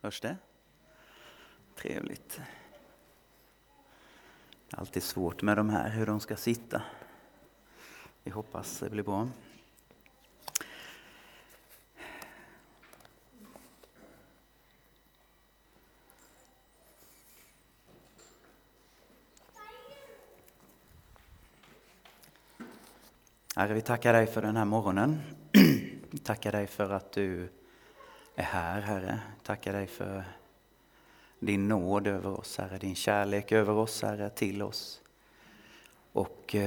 Hörs det? Trevligt. Det är alltid svårt med de här, hur de ska sitta. Vi hoppas det blir bra. Herre, vi tackar dig för den här morgonen. Vi tackar dig för att du är här, Herre. Tackar dig för din nåd över oss, Herre. Din kärlek över oss, Herre, till oss. Och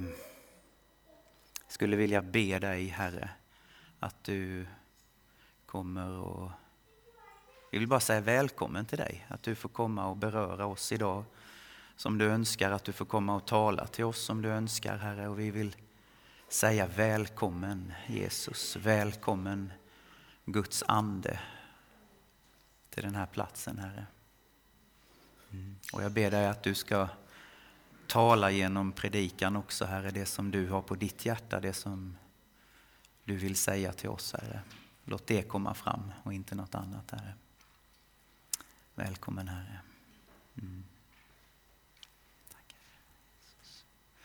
skulle vilja be dig, Herre, att du kommer och... Vi vill bara säga välkommen till dig. Att du får komma och beröra oss idag som du önskar. Att du får komma och tala till oss som du önskar, Herre. Och vi vill säga välkommen Jesus, välkommen Guds ande till den här platsen, Herre. Och jag ber dig att du ska tala genom predikan också, Herre, det som du har på ditt hjärta, det som du vill säga till oss, Herre. Låt det komma fram och inte något annat, Herre. Välkommen, Herre. Tack, Jesus.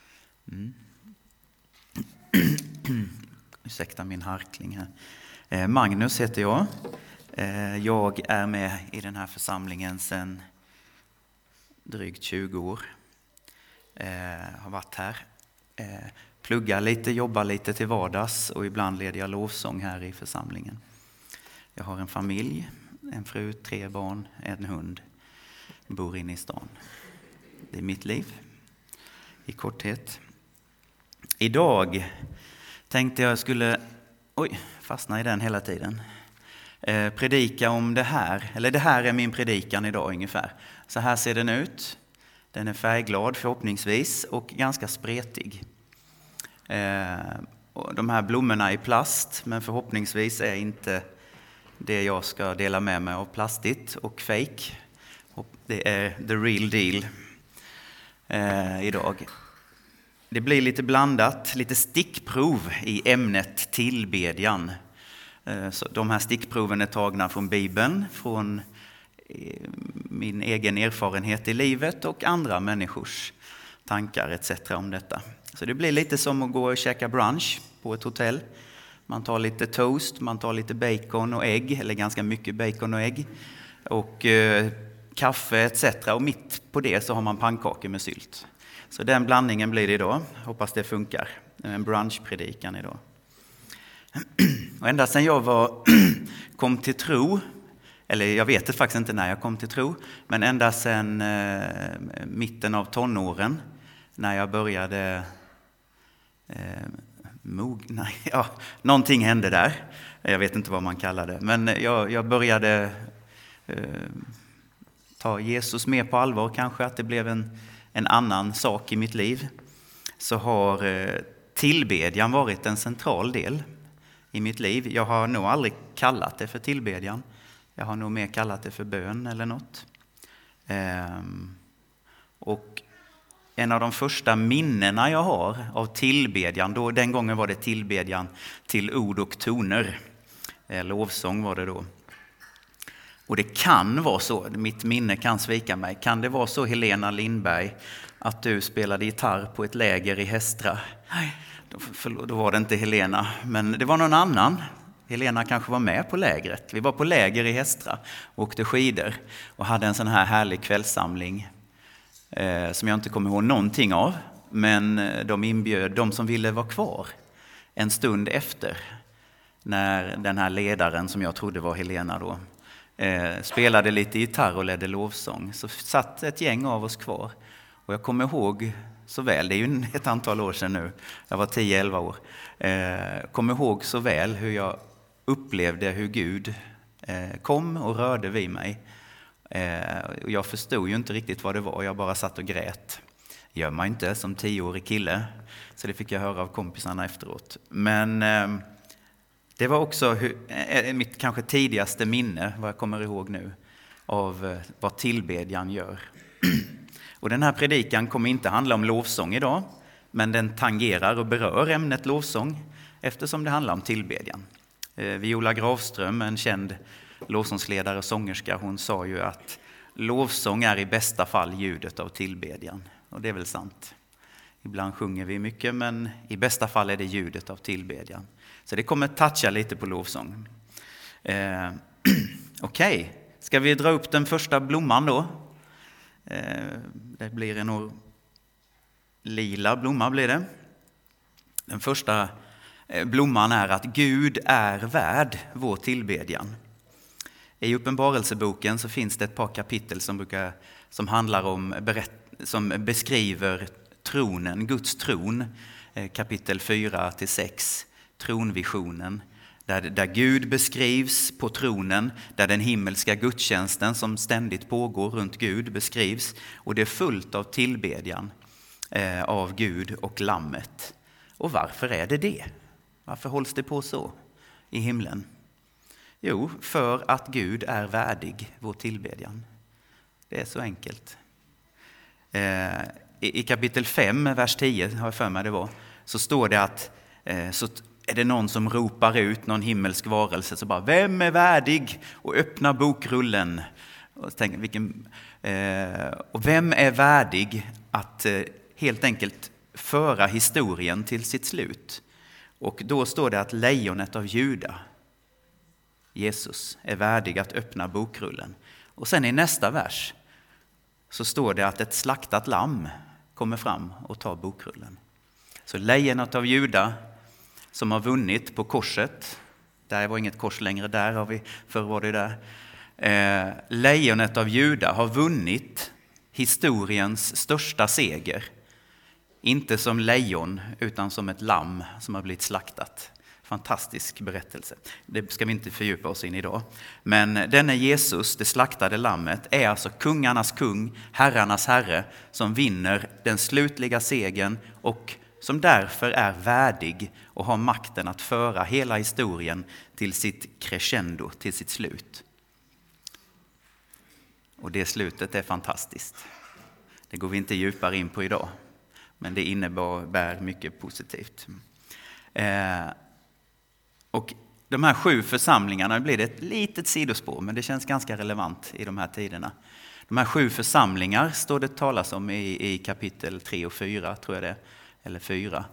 Ursäkta min harkling här. Magnus heter jag. Jag är med i den här församlingen sedan drygt 20 år. Har varit här. Pluggar lite, jobbar lite till vardags och ibland leder jag lovsång här i församlingen. Jag har en familj, en fru, 3 barn, en hund. Bor inne i stan. Det är mitt liv i korthet. Idag tänkte jag skulle, fastna i den hela tiden, predika om det här. Eller det här är min predikan idag ungefär. Så här ser den ut. Den är färgglad förhoppningsvis och ganska spretig. Och de här blommorna är i plast, men förhoppningsvis är inte det jag ska dela med mig av plastigt och fake. Det är the real deal idag. Det blir lite blandat, lite stickprov i ämnet tillbedjan. Så de här stickproven är tagna från Bibeln, från min egen erfarenhet i livet och andra människors tankar etc. om detta. Så det blir lite som att gå och käka brunch på ett hotell. Man tar lite toast, man tar lite bacon och ägg, eller ganska mycket bacon och ägg. Och kaffe etc. Och mitt på det så har man pannkakor med sylt. Så den blandningen blir det idag. Hoppas det funkar. En brunchpredikan idag. Och ända sedan jag kom till tro, eller jag vet det faktiskt inte när jag kom till tro, men ända sedan mitten av tonåren när jag började någonting hände där. Jag vet inte vad man kallar det, men jag började ta Jesus mer på allvar, kanske att det blev en annan sak i mitt liv, så har tillbedjan varit en central del i mitt liv. Jag har nog aldrig kallat det för tillbedjan. Jag har nog mer kallat det för bön eller något. Och en av de första minnena jag har av tillbedjan, den gången var det tillbedjan till ord och toner. Lovsång var det då. Och det kan vara så, mitt minne kan svika mig, kan det vara så, Helena Lindberg, att du spelade gitarr på ett läger i Hästra? Nej, då var det inte Helena, men det var någon annan. Helena kanske var med på lägret. Vi var på läger i Hästra, åkte skidor och hade en sån här härlig kvällssamling som jag inte kommer ihåg någonting av. Men de inbjöd de som ville vara kvar en stund efter, när den här ledaren, som jag trodde var Helena då, spelade lite gitarr och ledde lovsång. Så satt ett gäng av oss kvar. Och jag kommer ihåg så väl, det är ju ett antal år sedan nu, jag var 10-11 år. Kommer ihåg så väl hur jag upplevde hur Gud kom och rörde vid mig. Och jag förstod ju inte riktigt vad det var, jag bara satt och grät. Gör man inte som 10-årig kille, så det fick jag höra av kompisarna efteråt. Men det var också mitt kanske tidigaste minne, vad jag kommer ihåg nu, av vad tillbedjan gör. Och den här predikan kommer inte handla om lovsång idag, men den tangerar och berör ämnet lovsång eftersom det handlar om tillbedjan. Viola Gravström, en känd lovsångsledare och sångerska, hon sa ju att lovsång är i bästa fall ljudet av tillbedjan. Och det är väl sant. Ibland sjunger vi mycket, men i bästa fall är det ljudet av tillbedjan. Så det kommer toucha lite på lovsång. Okej, ska vi dra upp den första blomman då? Det blir en lila blomma blir det. Den första blomman är att Gud är värd vår tillbedjan. I Uppenbarelseboken så finns det ett par kapitel som handlar om som beskriver tronen, Guds tron. Kapitel 4-6, tronvisionen. Där Gud beskrivs på tronen, där den himmelska gudstjänsten som ständigt pågår runt Gud beskrivs. Och det är fullt av tillbedjan av Gud och lammet. Och varför är det? Varför hålls det på så i himlen? Jo, för att Gud är värdig vår tillbedjan. Det är så enkelt. I kapitel 5, vers 10, har jag för mig det var, så står det att så är det någon som ropar ut, någon himmelsk varelse, så bara, vem är värdig och öppna bokrullen? Och vem är värdig att helt enkelt föra historien till sitt slut? Och då står det att lejonet av Juda, Jesus, är värdig att öppna bokrullen. Och sen i nästa vers så står det att ett slaktat lamm kommer fram och tar bokrullen. Så lejonet av Juda som har vunnit på korset, där var inget kors längre, förr var det där. Lejonet av Juda har vunnit historiens största seger. Inte som lejon utan som ett lamm som har blivit slaktat. Fantastisk berättelse. Det ska vi inte fördjupa oss in idag. Men denne Jesus, det slaktade lammet, är alltså kungarnas kung, herrarnas herre, som vinner den slutliga segern och som därför är värdig och har makten att föra hela historien till sitt crescendo, till sitt slut. Och det slutet är fantastiskt. Det går vi inte djupare in på idag, men det innebär mycket positivt. Och de här 7 församlingarna, blir det ett litet sidospår, men det känns ganska relevant i de här tiderna. De här 7 församlingar står det talas om i kapitel 3 och 4, tror jag det, eller 4.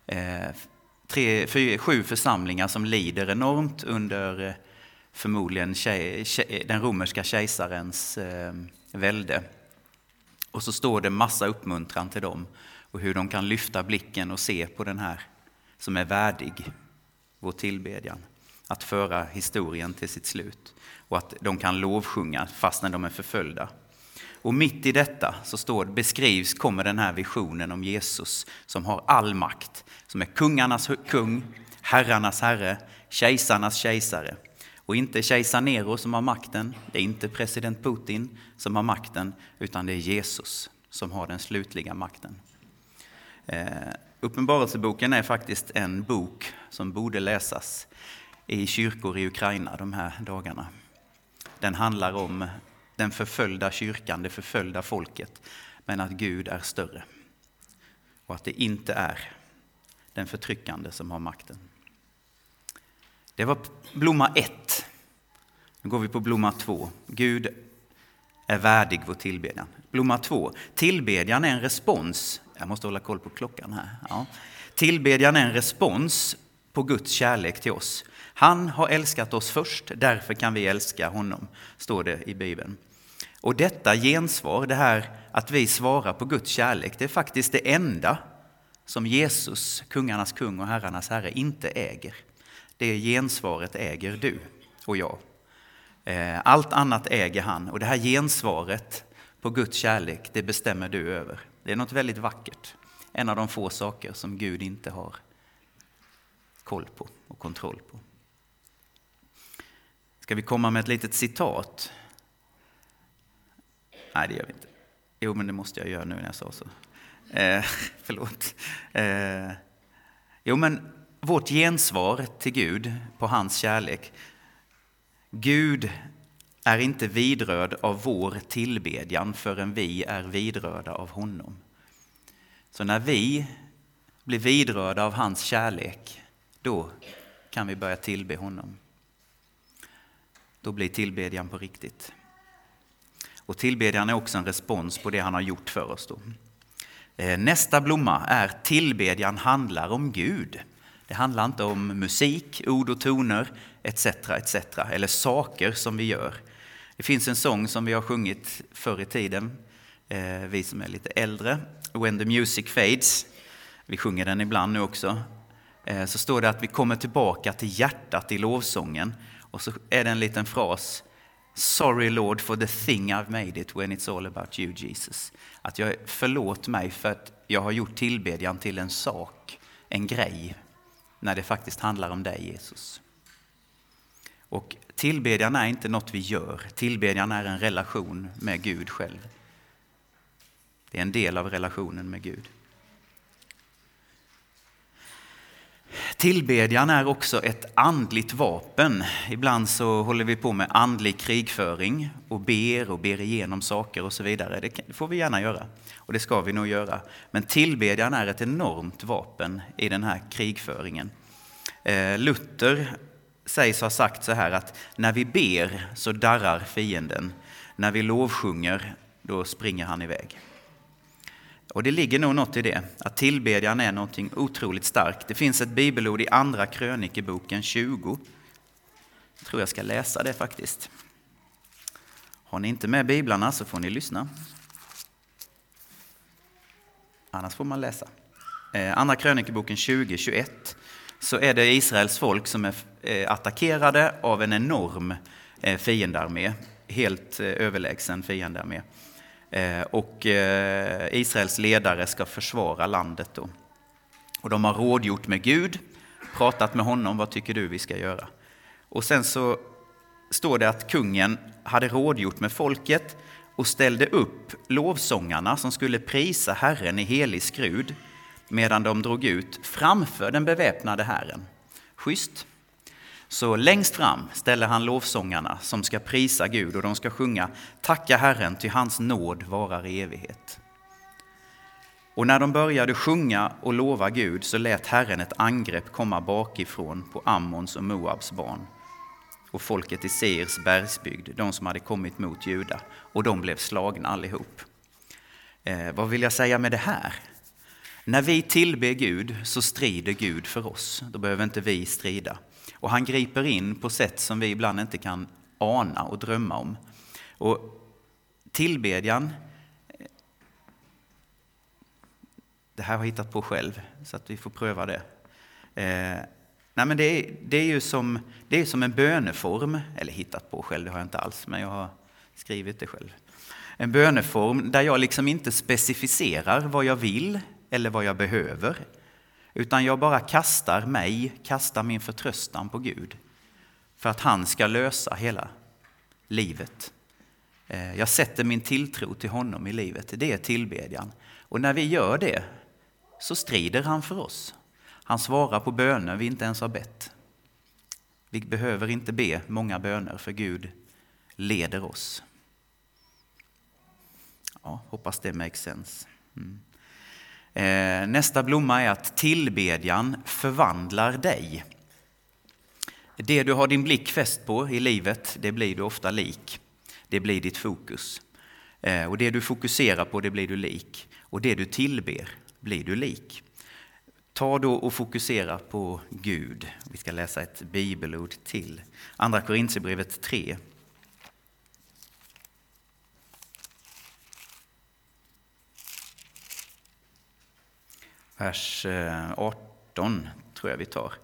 7 församlingar som lider enormt under förmodligen den romerska kejsarens välde. Och så står det massa uppmuntran till dem och hur de kan lyfta blicken och se på den här som är värdig vår tillbedjan, att föra historien till sitt slut och att de kan lovsjunga fast när de är förföljda. Och mitt i detta så kommer den här visionen om Jesus som har all makt, som är kungarnas kung, herrarnas herre, kejsarnas kejsare. Och inte kejsar Nero som har makten, det är inte president Putin som har makten, utan det är Jesus som har den slutliga makten. Uppenbarelseboken är faktiskt en bok som borde läsas i kyrkor i Ukraina de här dagarna. Den handlar om den förföljda kyrkan, det förföljda folket, men att Gud är större. Och att det inte är den förtryckande som har makten. Det var blomma 1. Nu går vi på blomma 2. Gud är värdig vår tillbedjan. Blomma 2. Tillbedjan är en respons. Jag måste hålla koll på klockan här. Ja. Tillbedjan är en respons på Guds kärlek till oss. Han har älskat oss först, därför kan vi älska honom, står det i Bibeln. Och detta gensvar, det här att vi svarar på Guds kärlek, det är faktiskt det enda som Jesus, kungarnas kung och herrarnas herre, inte äger. Det gensvaret äger du och jag. Allt annat äger han, och det här gensvaret på Guds kärlek, det bestämmer du över. Det är något väldigt vackert. En av de få saker som Gud inte har koll på och kontroll på. Ska vi komma med ett litet citat? Nej, det gör vi inte. Jo, men det måste jag göra nu när jag sa så. Förlåt. Jo, men vårt gensvar till Gud på hans kärlek. Gud är inte vidrörd av vår tillbedjan förrän vi är vidrörda av honom. Så när vi blir vidrörda av hans kärlek, då kan vi börja tillbe honom. då blir tillbedjan på riktigt. Och tillbedjan är också en respons på det han har gjort för oss då. Nästa blomma är tillbedjan handlar om Gud. Det handlar inte om musik, ord och toner, etc. eller saker som vi gör. Det finns en sång som vi har sjungit förr i tiden, vi som är lite äldre, When the music fades. Vi sjunger den ibland nu också. Så står det att vi kommer tillbaka till hjärtat i lovsången. Och så är det en liten fras. Sorry Lord for the thing I've made it when it's all about you Jesus. Att jag förlåt mig för att jag har gjort tillbedjan till en sak, en grej. När det faktiskt handlar om dig Jesus. Och tillbedjan är inte något vi gör. Tillbedjan är en relation med Gud själv. Det är en del av relationen med Gud. Tillbedjan är också ett andligt vapen. Ibland så håller vi på med andlig krigföring och ber igenom saker och så vidare. Det får vi gärna göra och det ska vi nog göra. Men tillbedjan är ett enormt vapen i den här krigföringen. Luther sägs ha sagt så här att när vi ber så darrar fienden. När vi lovsjunger då springer han iväg. Och det ligger nog något i det, att tillbedjan är någonting otroligt starkt. Det finns ett bibelord i andra krönikeboken 20. Jag tror jag ska läsa det faktiskt. Har ni inte med biblarna så får ni lyssna. Annars får man läsa. Andra krönikeboken 20-21 så är det Israels folk som är attackerade av en enorm fiendearmé. Helt överlägsen fiendearmé. Och Israels ledare ska försvara landet då. Och de har rådgjort med Gud, pratat med honom, vad tycker du vi ska göra? Och sen så står det att kungen hade rådgjort med folket och ställde upp lovsångarna som skulle prisa Herren i helig skrud medan de drog ut framför den beväpnade Herren. Schysst. Så längst fram ställer han lovsångarna som ska prisa Gud och de ska sjunga tacka Herren till hans nåd varar i evighet. Och när de började sjunga och lova Gud så lät Herren ett angrepp komma bakifrån på Ammons och Moabs barn och folket i Seirs bergsbygd, de som hade kommit mot Juda, och de blev slagna allihop. Vad vill jag säga med det här? När vi tillber Gud så strider Gud för oss, då behöver inte vi strida. Och han griper in på sätt som vi ibland inte kan ana och drömma om. Och tillbedjan, det här har jag hittat på själv så att vi får pröva det. Nej, men det är ju som en böneform, eller hittat på själv, det har jag inte alls, men jag har skrivit det själv. En böneform där jag liksom inte specificerar vad jag vill eller vad jag behöver. Utan jag bara kastar min förtröstan på Gud. För att han ska lösa hela livet. Jag sätter min tilltro till honom i livet. Det är tillbedjan. Och när vi gör det så strider han för oss. Han svarar på böner vi inte ens har bett. Vi behöver inte be många böner för Gud leder oss. Ja, hoppas det makes sense. Nästa blomma är att tillbedjan förvandlar dig. Det du har din blick fäst på i livet, det blir du ofta lik. Det blir ditt fokus. Och det du fokuserar på, det blir du lik. Och det du tillber blir du lik. Ta då och fokusera på Gud. Vi ska läsa ett bibelord till. Andra Korinthierbrevet 3. Vers 18 tror jag vi tar.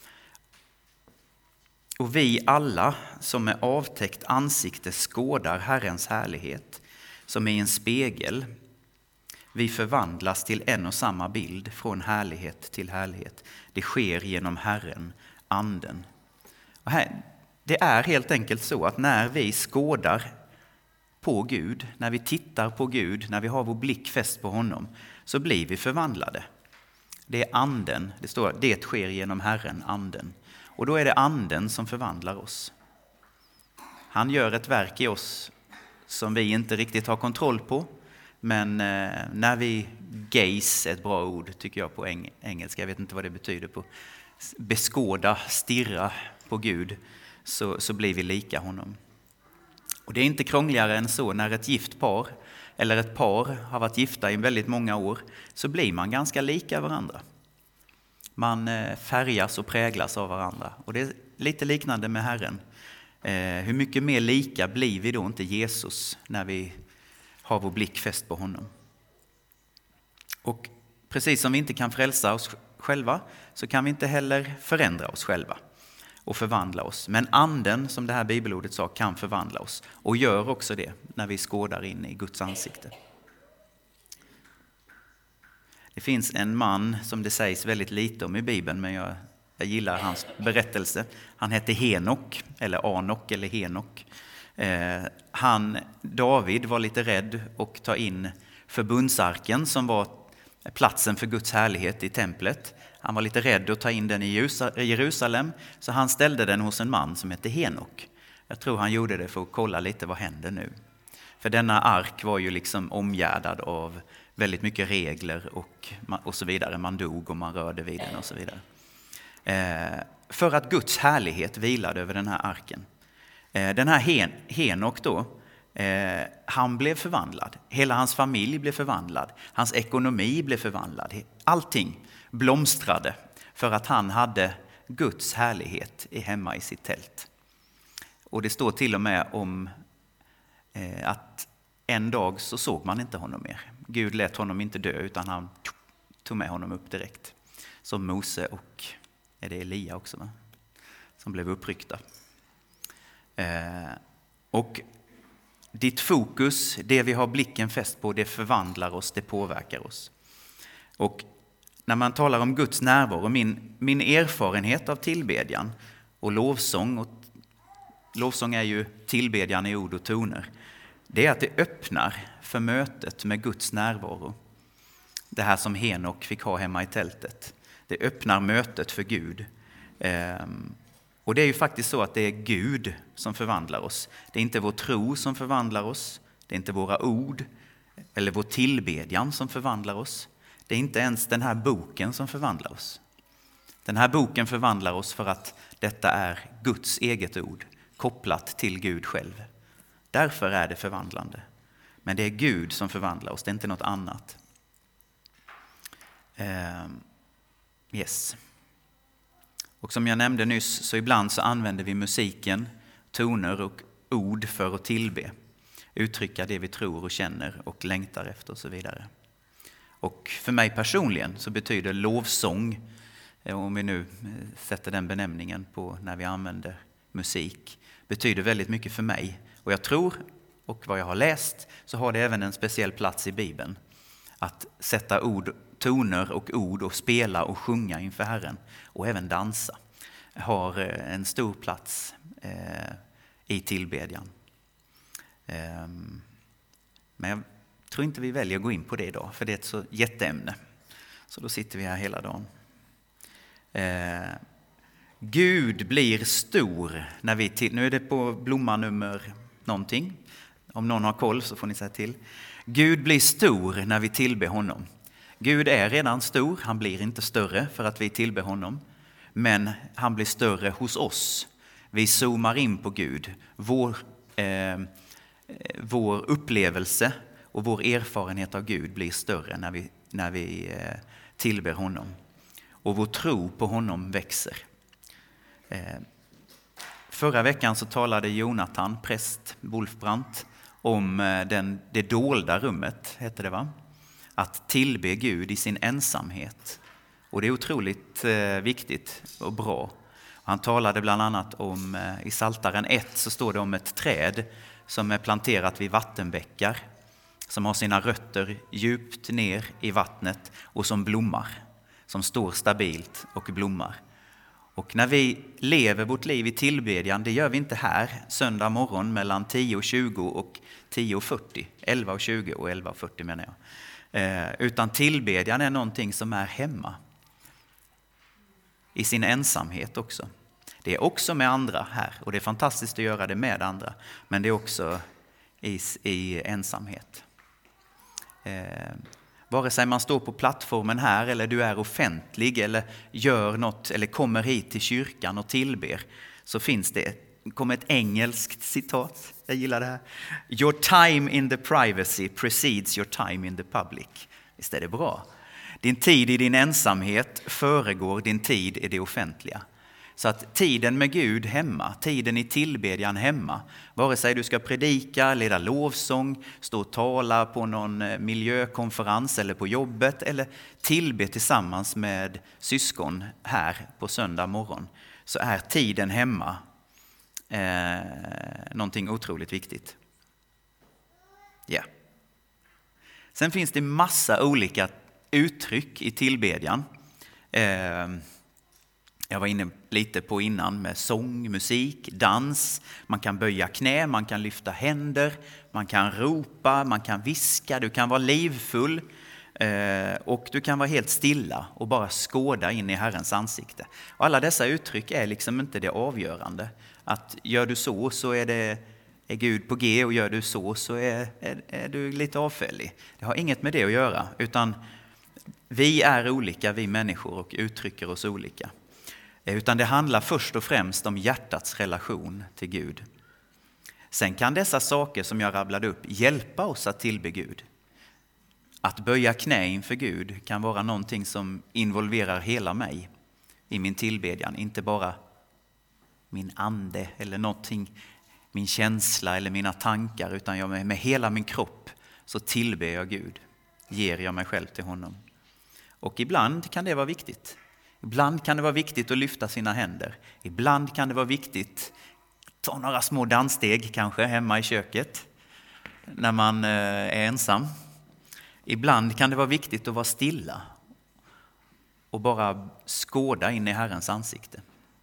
Och vi alla som med avtäckt ansikte skådar Herrens härlighet som i en spegel. Vi förvandlas till en och samma bild från härlighet till härlighet. Det sker genom Herren, anden. Och här, det är helt enkelt så att när vi skådar på Gud, när vi tittar på Gud, när vi har vår blick fäst på honom, så blir vi förvandlade. Det är anden, det står att det sker genom Herren, anden. Och då är det anden som förvandlar oss. Han gör ett verk i oss som vi inte riktigt har kontroll på. Men när vi gaze, ett bra ord tycker jag på engelska, jag vet inte vad det betyder på beskåda, stirra på Gud. så blir vi lika honom. Och det är inte krångligare än så. När ett gift par eller ett par har varit gifta i väldigt många år, så blir man ganska lika varandra. Man färgas och präglas av varandra. Och det är lite liknande med Herren. Hur mycket mer lika blir vi då inte Jesus när vi har vår blick fäst på honom? Och precis som vi inte kan frälsa oss själva, så kan vi inte heller förändra oss själva och förvandla oss. Men anden, som det här bibelordet sa, kan förvandla oss och gör också det när vi skådar in i Guds ansikte. Det finns en man som det sägs väldigt lite om i Bibeln, men jag gillar hans berättelse. Han hette Henok, eller Anok eller Henok. David var lite rädd att ta in förbundsarken som var platsen för Guds härlighet i templet. Han var lite rädd att ta in den i Jerusalem, så han ställde den hos en man som hette Henok. Jag tror han gjorde det för att kolla lite vad händer nu. För denna ark var ju liksom omgärdad av väldigt mycket regler och så vidare. Man dog och man rörde vid den och så vidare. För att Guds härlighet vilade över den här arken. Den här Henok då, han blev förvandlad. Hela hans familj blev förvandlad. Hans ekonomi blev förvandlad. Allting blomstrade för att han hade Guds härlighet hemma i sitt tält. Och det står till och med om att en dag så såg man inte honom mer. Gud lät honom inte dö, utan han tog med honom upp direkt. Som Mose och är det Elia också, va? Som blev uppryckta. Och ditt fokus, det vi har blicken fäst på, det förvandlar oss, det påverkar oss. Och när man talar om Guds närvaro, min erfarenhet av tillbedjan och lovsång är ju tillbedjan i ord och toner, det är att det öppnar för mötet med Guds närvaro. Det här som Henok fick ha hemma i tältet. Det öppnar mötet för Gud. Och det är ju faktiskt så att det är Gud som förvandlar oss. Det är inte vår tro som förvandlar oss. Det är inte våra ord eller vår tillbedjan som förvandlar oss. Det är inte ens den här boken som förvandlar oss. Den här boken förvandlar oss för att detta är Guds eget ord, kopplat till Gud själv. Därför är det förvandlande. Men det är Gud som förvandlar oss, det är inte något annat. Yes. Och som jag nämnde nyss, så ibland så använder vi musiken, toner och ord för att tillbe. Uttrycka det vi tror och känner och längtar efter och så vidare. Och för mig personligen så betyder lovsång, om vi nu sätter den benämningen på när vi använder musik, betyder väldigt mycket för mig. Och jag tror, och vad jag har läst, så har det även en speciell plats i Bibeln. Att sätta toner och ord och spela och sjunga inför Herren och även dansa har en stor plats i tillbedjan. Men jag tror inte vi väljer att gå in på det idag, för det är ett så jätteämne. Så då sitter vi här hela dagen. Gud blir stor när vi nu är det på blomma nummer någonting. Om någon har koll så får ni säga till. Gud blir stor när vi tillber honom. Gud är redan stor, han blir inte större för att vi tillber honom. Men han blir större hos oss. Vi zoomar in på Gud. Vår upplevelse och vår erfarenhet av Gud blir större när vi tillber honom. Och vår tro på honom växer. Förra veckan så talade Jonathan, präst Wolfbrandt, om det dolda rummet, heter det va? Att tillbe Gud i sin ensamhet. Och det är otroligt viktigt och bra. Han talade bland annat om, i Psaltaren 1 så står det om ett träd som är planterat vid vattenbäckar. Som har sina rötter djupt ner i vattnet och som blommar. Som står stabilt och blommar. Och när vi lever vårt liv i tillbedjan, det gör vi inte här söndag morgon mellan 10:20 och 10:40. 11:20 och 11:40 menar jag. Utan tillbedjan är någonting som är hemma. I sin ensamhet också. Det är också med andra här och det är fantastiskt att göra det med andra. Men det är också i ensamhet. Vare sig man står på plattformen här eller du är offentlig eller gör något eller kommer hit till kyrkan och tillber, så finns det kommer ett engelskt citat. Jag gillar det här. Your time in the privacy precedes your time in the public. Visst är det bra? Din tid i din ensamhet föregår din tid i det offentliga. Så att tiden med Gud hemma, tiden i tillbedjan hemma, vare sig du ska predika, leda lovsång, stå och tala på någon miljökonferens eller på jobbet eller tillbe tillsammans med syskon här på söndag morgon, så är tiden hemma någonting otroligt viktigt. Ja. Sen finns det massa olika uttryck i tillbedjan. Jag var inne lite på innan med sång, musik, dans. Man kan böja knä, man kan lyfta händer, man kan ropa, man kan viska, du kan vara livfull och du kan vara helt stilla och bara skåda in i Herrens ansikte. Och alla dessa uttryck är liksom inte det avgörande. Att gör du så är Gud på G, och gör du så är du lite avfällig. Det har inget med det att göra, utan vi är olika, vi människor, och uttrycker oss olika. Utan det handlar först och främst om hjärtats relation till Gud. Sen kan dessa saker som jag rabblade upp hjälpa oss att tillbe Gud. Att böja knä inför Gud kan vara någonting som involverar hela mig i min tillbedjan. Inte bara min ande eller någonting, min känsla eller mina tankar, utan jag med hela min kropp så tillber jag Gud. Ger jag mig själv till honom. Och ibland kan det vara viktigt. Ibland kan det vara viktigt att lyfta sina händer. Ibland kan det vara viktigt att ta några små danssteg kanske hemma i köket när man är ensam. Ibland kan det vara viktigt att vara stilla och bara skåda in i Herrens ansikte.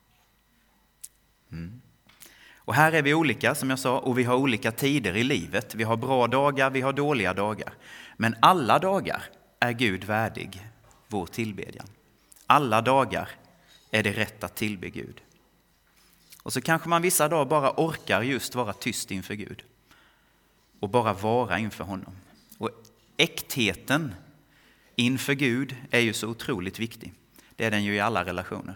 Och här är vi olika, som jag sa, och vi har olika tider i livet. Vi har bra dagar, vi har dåliga dagar. Men alla dagar är Gud värdig vår tillbedjan. Alla dagar är det rätt att tillbe Gud. Och så kanske man vissa dagar bara orkar just vara tyst inför Gud. Och bara vara inför honom. Och äktheten inför Gud är ju så otroligt viktig. Det är den ju i alla relationer.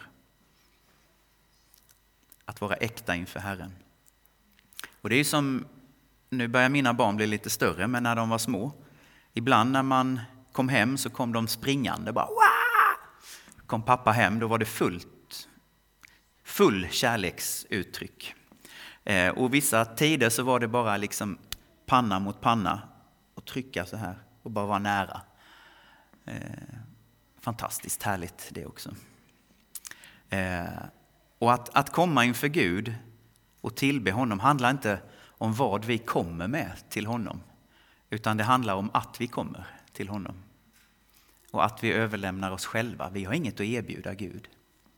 Att vara äkta inför Herren. Och det är ju som, nu börjar mina barn bli lite större, men när de var små. Ibland när man kom hem så kom de springande bara. Wah! Kom pappa hem, då var det full kärleksuttryck. Och vissa tider så var det bara liksom panna mot panna och trycka så här och bara vara nära. Fantastiskt härligt det också. Och att komma inför Gud och tillbe honom handlar inte om vad vi kommer med till honom, utan det handlar om att vi kommer till honom. Och att vi överlämnar oss själva. Vi har inget att erbjuda Gud.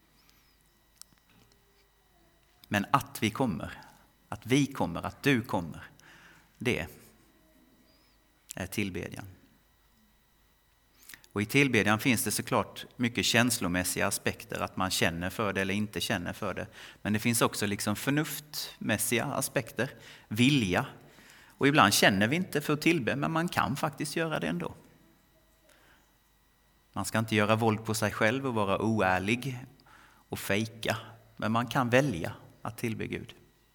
Men att vi kommer, att du kommer, det är tillbedjan. Och i tillbedjan finns det såklart mycket känslomässiga aspekter, att man känner för det eller inte känner för det. Men det finns också liksom förnuftmässiga aspekter, vilja. Och ibland känner vi inte för att tillbe, men man kan faktiskt göra det ändå. Man ska inte göra våld på sig själv och vara oärlig och fejka. Men man kan välja att tillbe Gud.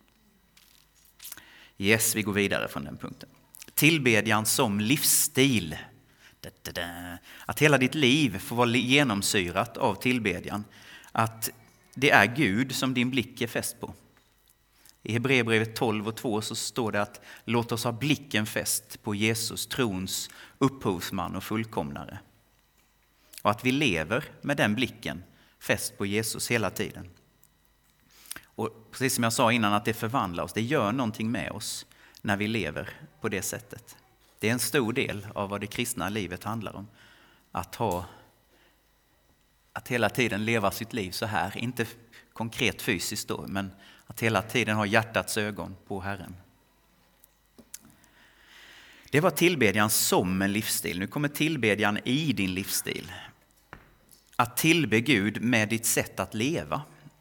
Yes, vi går vidare från den punkten. Tillbedjan som livsstil. Att hela ditt liv får vara genomsyrat av tillbedjan. Att det är Gud som din blick är fäst på. I Hebreerbrevet 12:2 så står det att låt oss ha blicken fäst på Jesus, trons upphovsman och fullkomnare. Och att vi lever med den blicken fäst på Jesus hela tiden. Och precis som jag sa innan, att det förvandlar oss, det gör någonting med oss när vi lever på det sättet. Det är en stor del av vad det kristna livet handlar om. Att hela tiden leva sitt liv så här, inte konkret fysiskt då, men att hela tiden ha hjärtats ögon på Herren. Det var tillbedjan som en livsstil. Nu kommer tillbedjan i din livsstil. Att tillbe Gud med ditt sätt att leva.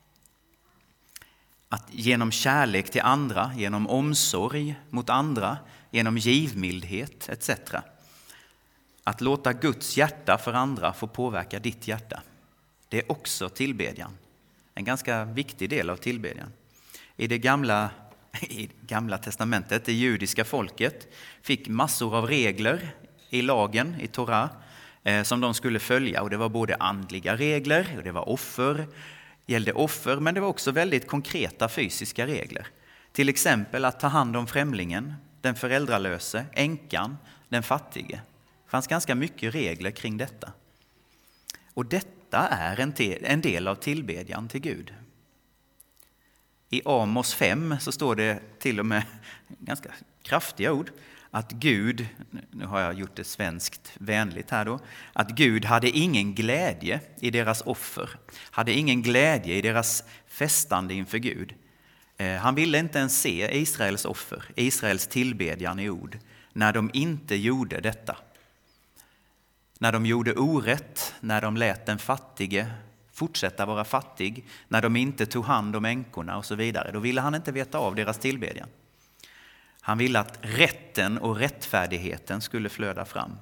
Att genom kärlek till andra, genom omsorg mot andra, genom givmildhet etc. Att låta Guds hjärta för andra få påverka ditt hjärta. Det är också tillbedjan. En ganska viktig del av tillbedjan. I det gamla testamentet, det judiska folket fick massor av regler i lagen, i Torah, som de skulle följa. Och det var både andliga regler, och det var gällde offer, men det var också väldigt konkreta fysiska regler. Till exempel att ta hand om främlingen, den föräldralöse, änkan, den fattige. Det fanns ganska mycket regler kring detta. Och detta är en del av tillbedjan till Gud. I Amos 5 så står det till och med ganska kraftiga ord att Gud, nu har jag gjort det svenskt vänligt här då, att Gud hade ingen glädje i deras offer, hade ingen glädje i deras festande inför Gud. Han ville inte ens se Israels offer, Israels tillbedjan i ord, när de inte gjorde detta. När de gjorde orätt, när de lät den fattige fortsätta vara fattig, när de inte tog hand om änkorna och så vidare, då ville han inte veta av deras tillbedjan. Han ville att rätten och rättfärdigheten skulle flöda fram.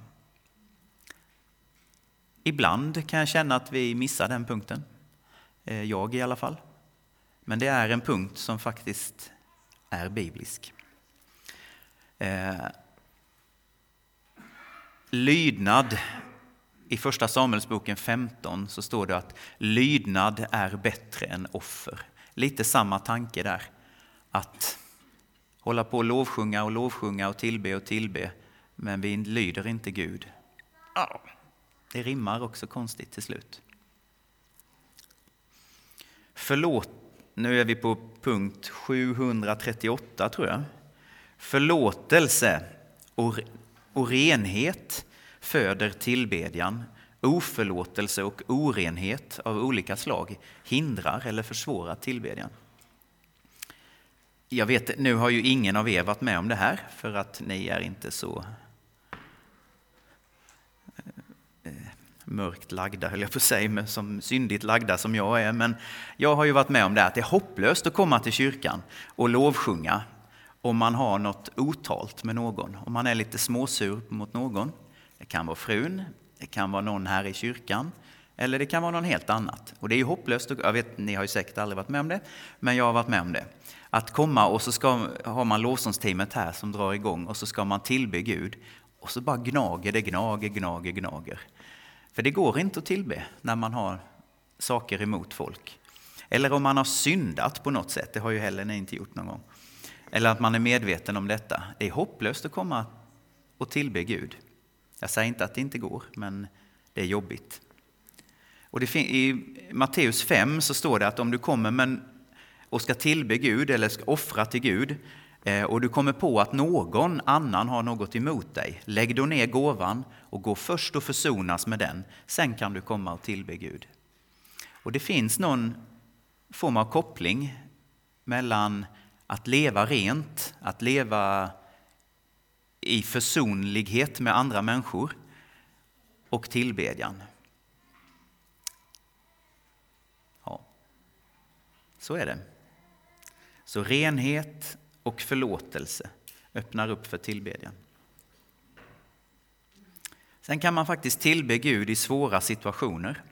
Ibland kan jag känna att vi missar den punkten. Jag i alla fall. Men det är en punkt som faktiskt är biblisk. Lydnad. I första Samuelsboken 15 så står det att lydnad är bättre än offer. Lite samma tanke där. Att hålla på och lovsjunga och tillbe, men vi lyder inte Gud. Ja, det rimmar också konstigt till slut. Nu är vi på punkt 738 tror jag. Förlåtelse och renhet föder tillbedjan. Oförlåtelse och orenhet av olika slag hindrar eller försvårar tillbedjan. Jag vet, nu har ju ingen av er varit med om det här, för att ni är inte så mörkt lagda, höll jag på att säga, som syndigt lagda som jag är. Men jag har ju varit med om det, att det är hopplöst att komma till kyrkan och lovsjunga om man har något otalt med någon. Om man är lite småsur mot någon. Det kan vara frun, det kan vara någon här i kyrkan, eller det kan vara någon helt annat. Och det är ju hopplöst, jag vet, ni har ju säkert aldrig varit med om det, men jag har varit med om det. Att komma och så har man lovsångsteamet här som drar igång och så ska man tillbe Gud och så bara gnager. För det går inte att tillbe när man har saker emot folk. Eller om man har syndat på något sätt, det har ju heller ni inte gjort någon gång. Eller att man är medveten om detta. Det är hopplöst att komma och tillbe Gud. Jag säger inte att det inte går, men det är jobbigt. Och i Matteus 5 så står det att om du kommer och ska tillbe Gud eller ska offra till Gud och du kommer på att någon annan har något emot dig, lägg då ner gåvan och gå först och försonas med den. Sen kan du komma och tillbe Gud. Och det finns någon form av koppling mellan att leva rent, att leva i försonlighet med andra människor och tillbedjan. Ja, så är det. Så renhet och förlåtelse öppnar upp för tillbedjan. Sen kan man faktiskt tillbe Gud i svåra situationer.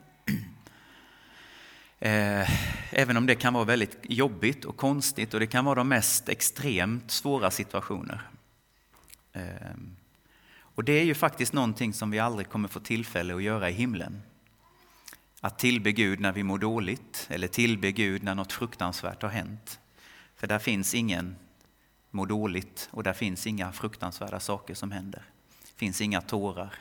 Även om det kan vara väldigt jobbigt och konstigt och det kan vara de mest extremt svåra situationer. Och det är ju faktiskt någonting som vi aldrig kommer få tillfälle att göra i himlen. Att tillbe Gud när vi mår dåligt eller tillbe Gud när något fruktansvärt har hänt. För där finns ingen mår dåligt och där finns inga fruktansvärda saker som händer. Det finns inga tårar.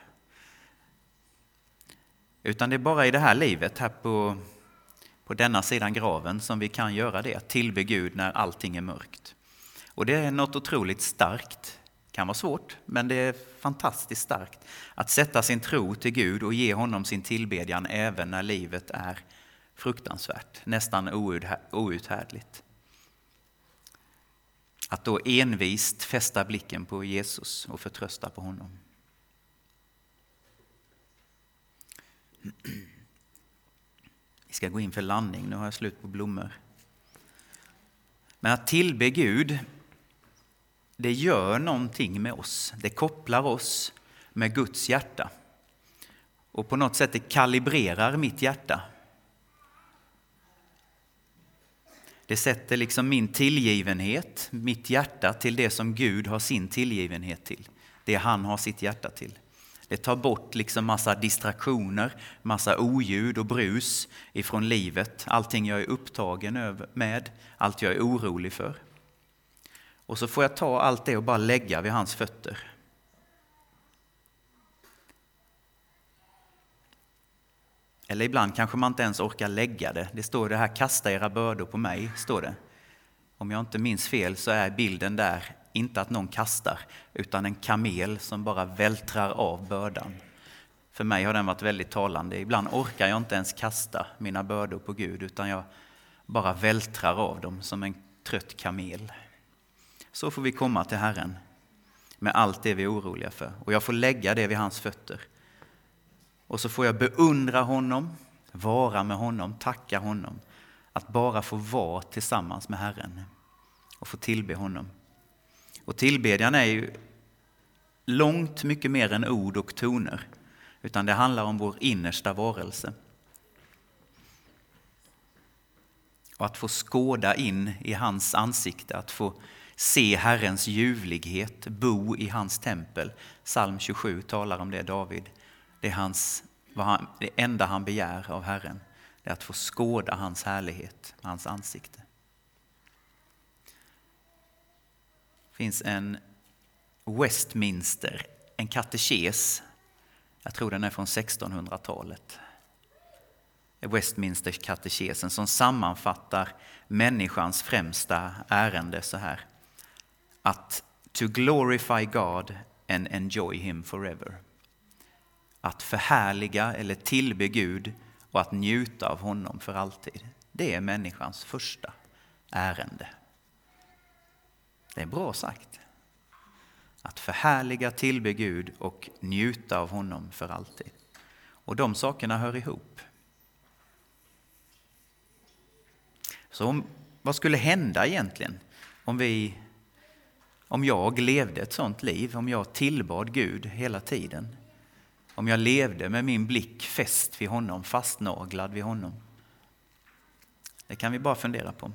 Utan det är bara i det här livet här på denna sidan graven som vi kan göra det. Att tillbe Gud när allting är mörkt. Och det är något otroligt starkt. Det kan vara svårt, men det är fantastiskt starkt. Att sätta sin tro till Gud och ge honom sin tillbedjan även när livet är fruktansvärt. Nästan outhärdligt. Att då envist fästa blicken på Jesus och förtrösta på honom. Vi ska gå in för landning, nu har jag slut på blommor. Men att tillbe Gud, det gör någonting med oss. Det kopplar oss med Guds hjärta. Och på något sätt det kalibrerar mitt hjärta. Det sätter liksom min tillgivenhet, mitt hjärta till det som Gud har sin tillgivenhet till. Det han har sitt hjärta till. Det tar bort liksom massa distraktioner, massa oljud och brus ifrån livet. Allting jag är upptagen med, allt jag är orolig för. Och så får jag ta allt det och bara lägga vid hans fötter. Eller ibland kanske man inte ens orkar lägga det. Det står det här, kasta era bördor på mig, står det. Om jag inte minns fel så är bilden där inte att någon kastar, utan en kamel som bara vältrar av bördan. För mig har den varit väldigt talande. Ibland orkar jag inte ens kasta mina bördor på Gud, utan jag bara vältrar av dem som en trött kamel. Så får vi komma till Herren med allt det vi är oroliga för. Och jag får lägga det vid hans fötter. Och så får jag beundra honom, vara med honom, tacka honom. Att bara få vara tillsammans med Herren och få tillbe honom. Och tillbedjan är ju långt mycket mer än ord och toner. Utan det handlar om vår innersta varelse. Och att få skåda in i hans ansikte, att få se Herrens ljuvlighet, bo i hans tempel. Psalm 27 talar om det, David. Det är det enda han begär av Herren. Det är att få skåda hans härlighet, hans ansikte. Det finns en Westminster, en katekes. Jag tror den är från 1600-talet. Westminsters katekesen som sammanfattar människans främsta ärende så här. Att to glorify God and enjoy him forever. Att förhärliga eller tillbe Gud och att njuta av honom för alltid. Det är människans första ärende. Det är bra sagt. Att förhärliga, tillbe Gud och njuta av honom för alltid. Och de sakerna hör ihop. Så vad skulle hända egentligen om jag levde ett sånt liv, om jag tillbad Gud hela tiden? Om jag levde med min blick fäst vid honom, fastnaglad vid honom? Det kan vi bara fundera på.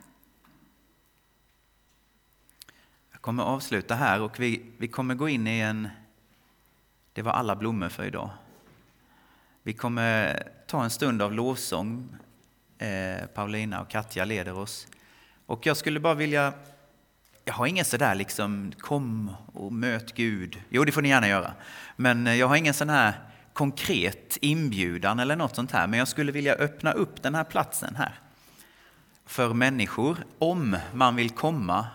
Jag kommer avsluta här och vi kommer gå in i det var alla blommor för idag. Vi kommer ta en stund av lovsång. Paulina och Katja leder oss. Och jag skulle bara vilja, jag har ingen sådär liksom, kom och möt Gud. Jo, det får ni gärna göra. Men jag har ingen sån här konkret inbjudan eller något sånt här. Men jag skulle vilja öppna upp den här platsen här. För människor, om man vill komma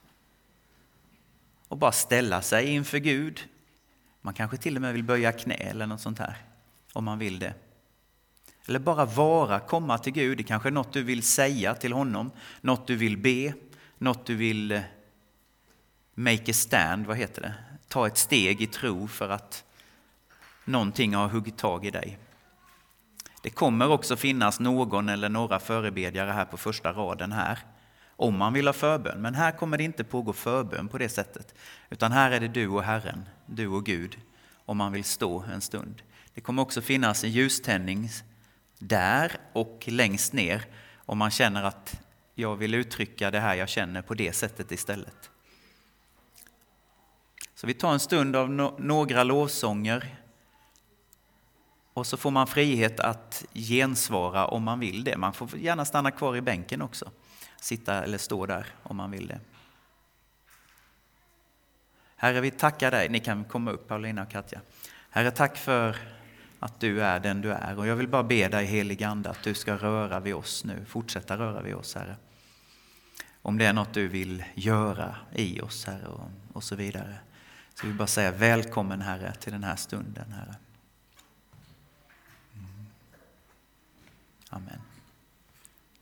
och bara ställa sig inför Gud. Man kanske till och med vill böja knä eller något sånt här. Om man vill det. Eller bara komma till Gud. Det kanske är något du vill säga till honom. Något du vill be. Något du vill make a stand, vad heter det? Ta ett steg i tro för att någonting har huggit tag i dig. Det kommer också finnas någon eller några förebedjare här på första raden här. Om man vill ha förbön. Men här kommer det inte pågå förbön på det sättet. Utan här är det du och Herren, du och Gud. Om man vill stå en stund. Det kommer också finnas en ljuständning där och längst ner. Om man känner att jag vill uttrycka det här jag känner på det sättet istället. Så vi tar en stund av några lovsånger. Och så får man frihet att gensvara om man vill det. Man får gärna stanna kvar i bänken också. Sitta eller stå där om man vill det. Herre, vi tackar dig. Ni kan komma upp, Paulina och Katja. Herre, tack för att du är den du är. Och jag vill bara be dig, helige Ande, att du ska röra vid oss nu. Fortsätta röra vid oss, Herre. Om det är något du vill göra i oss, Herre, och så vidare. Så vi bara säga välkommen, Herre, till den här stunden, Herre. Amen.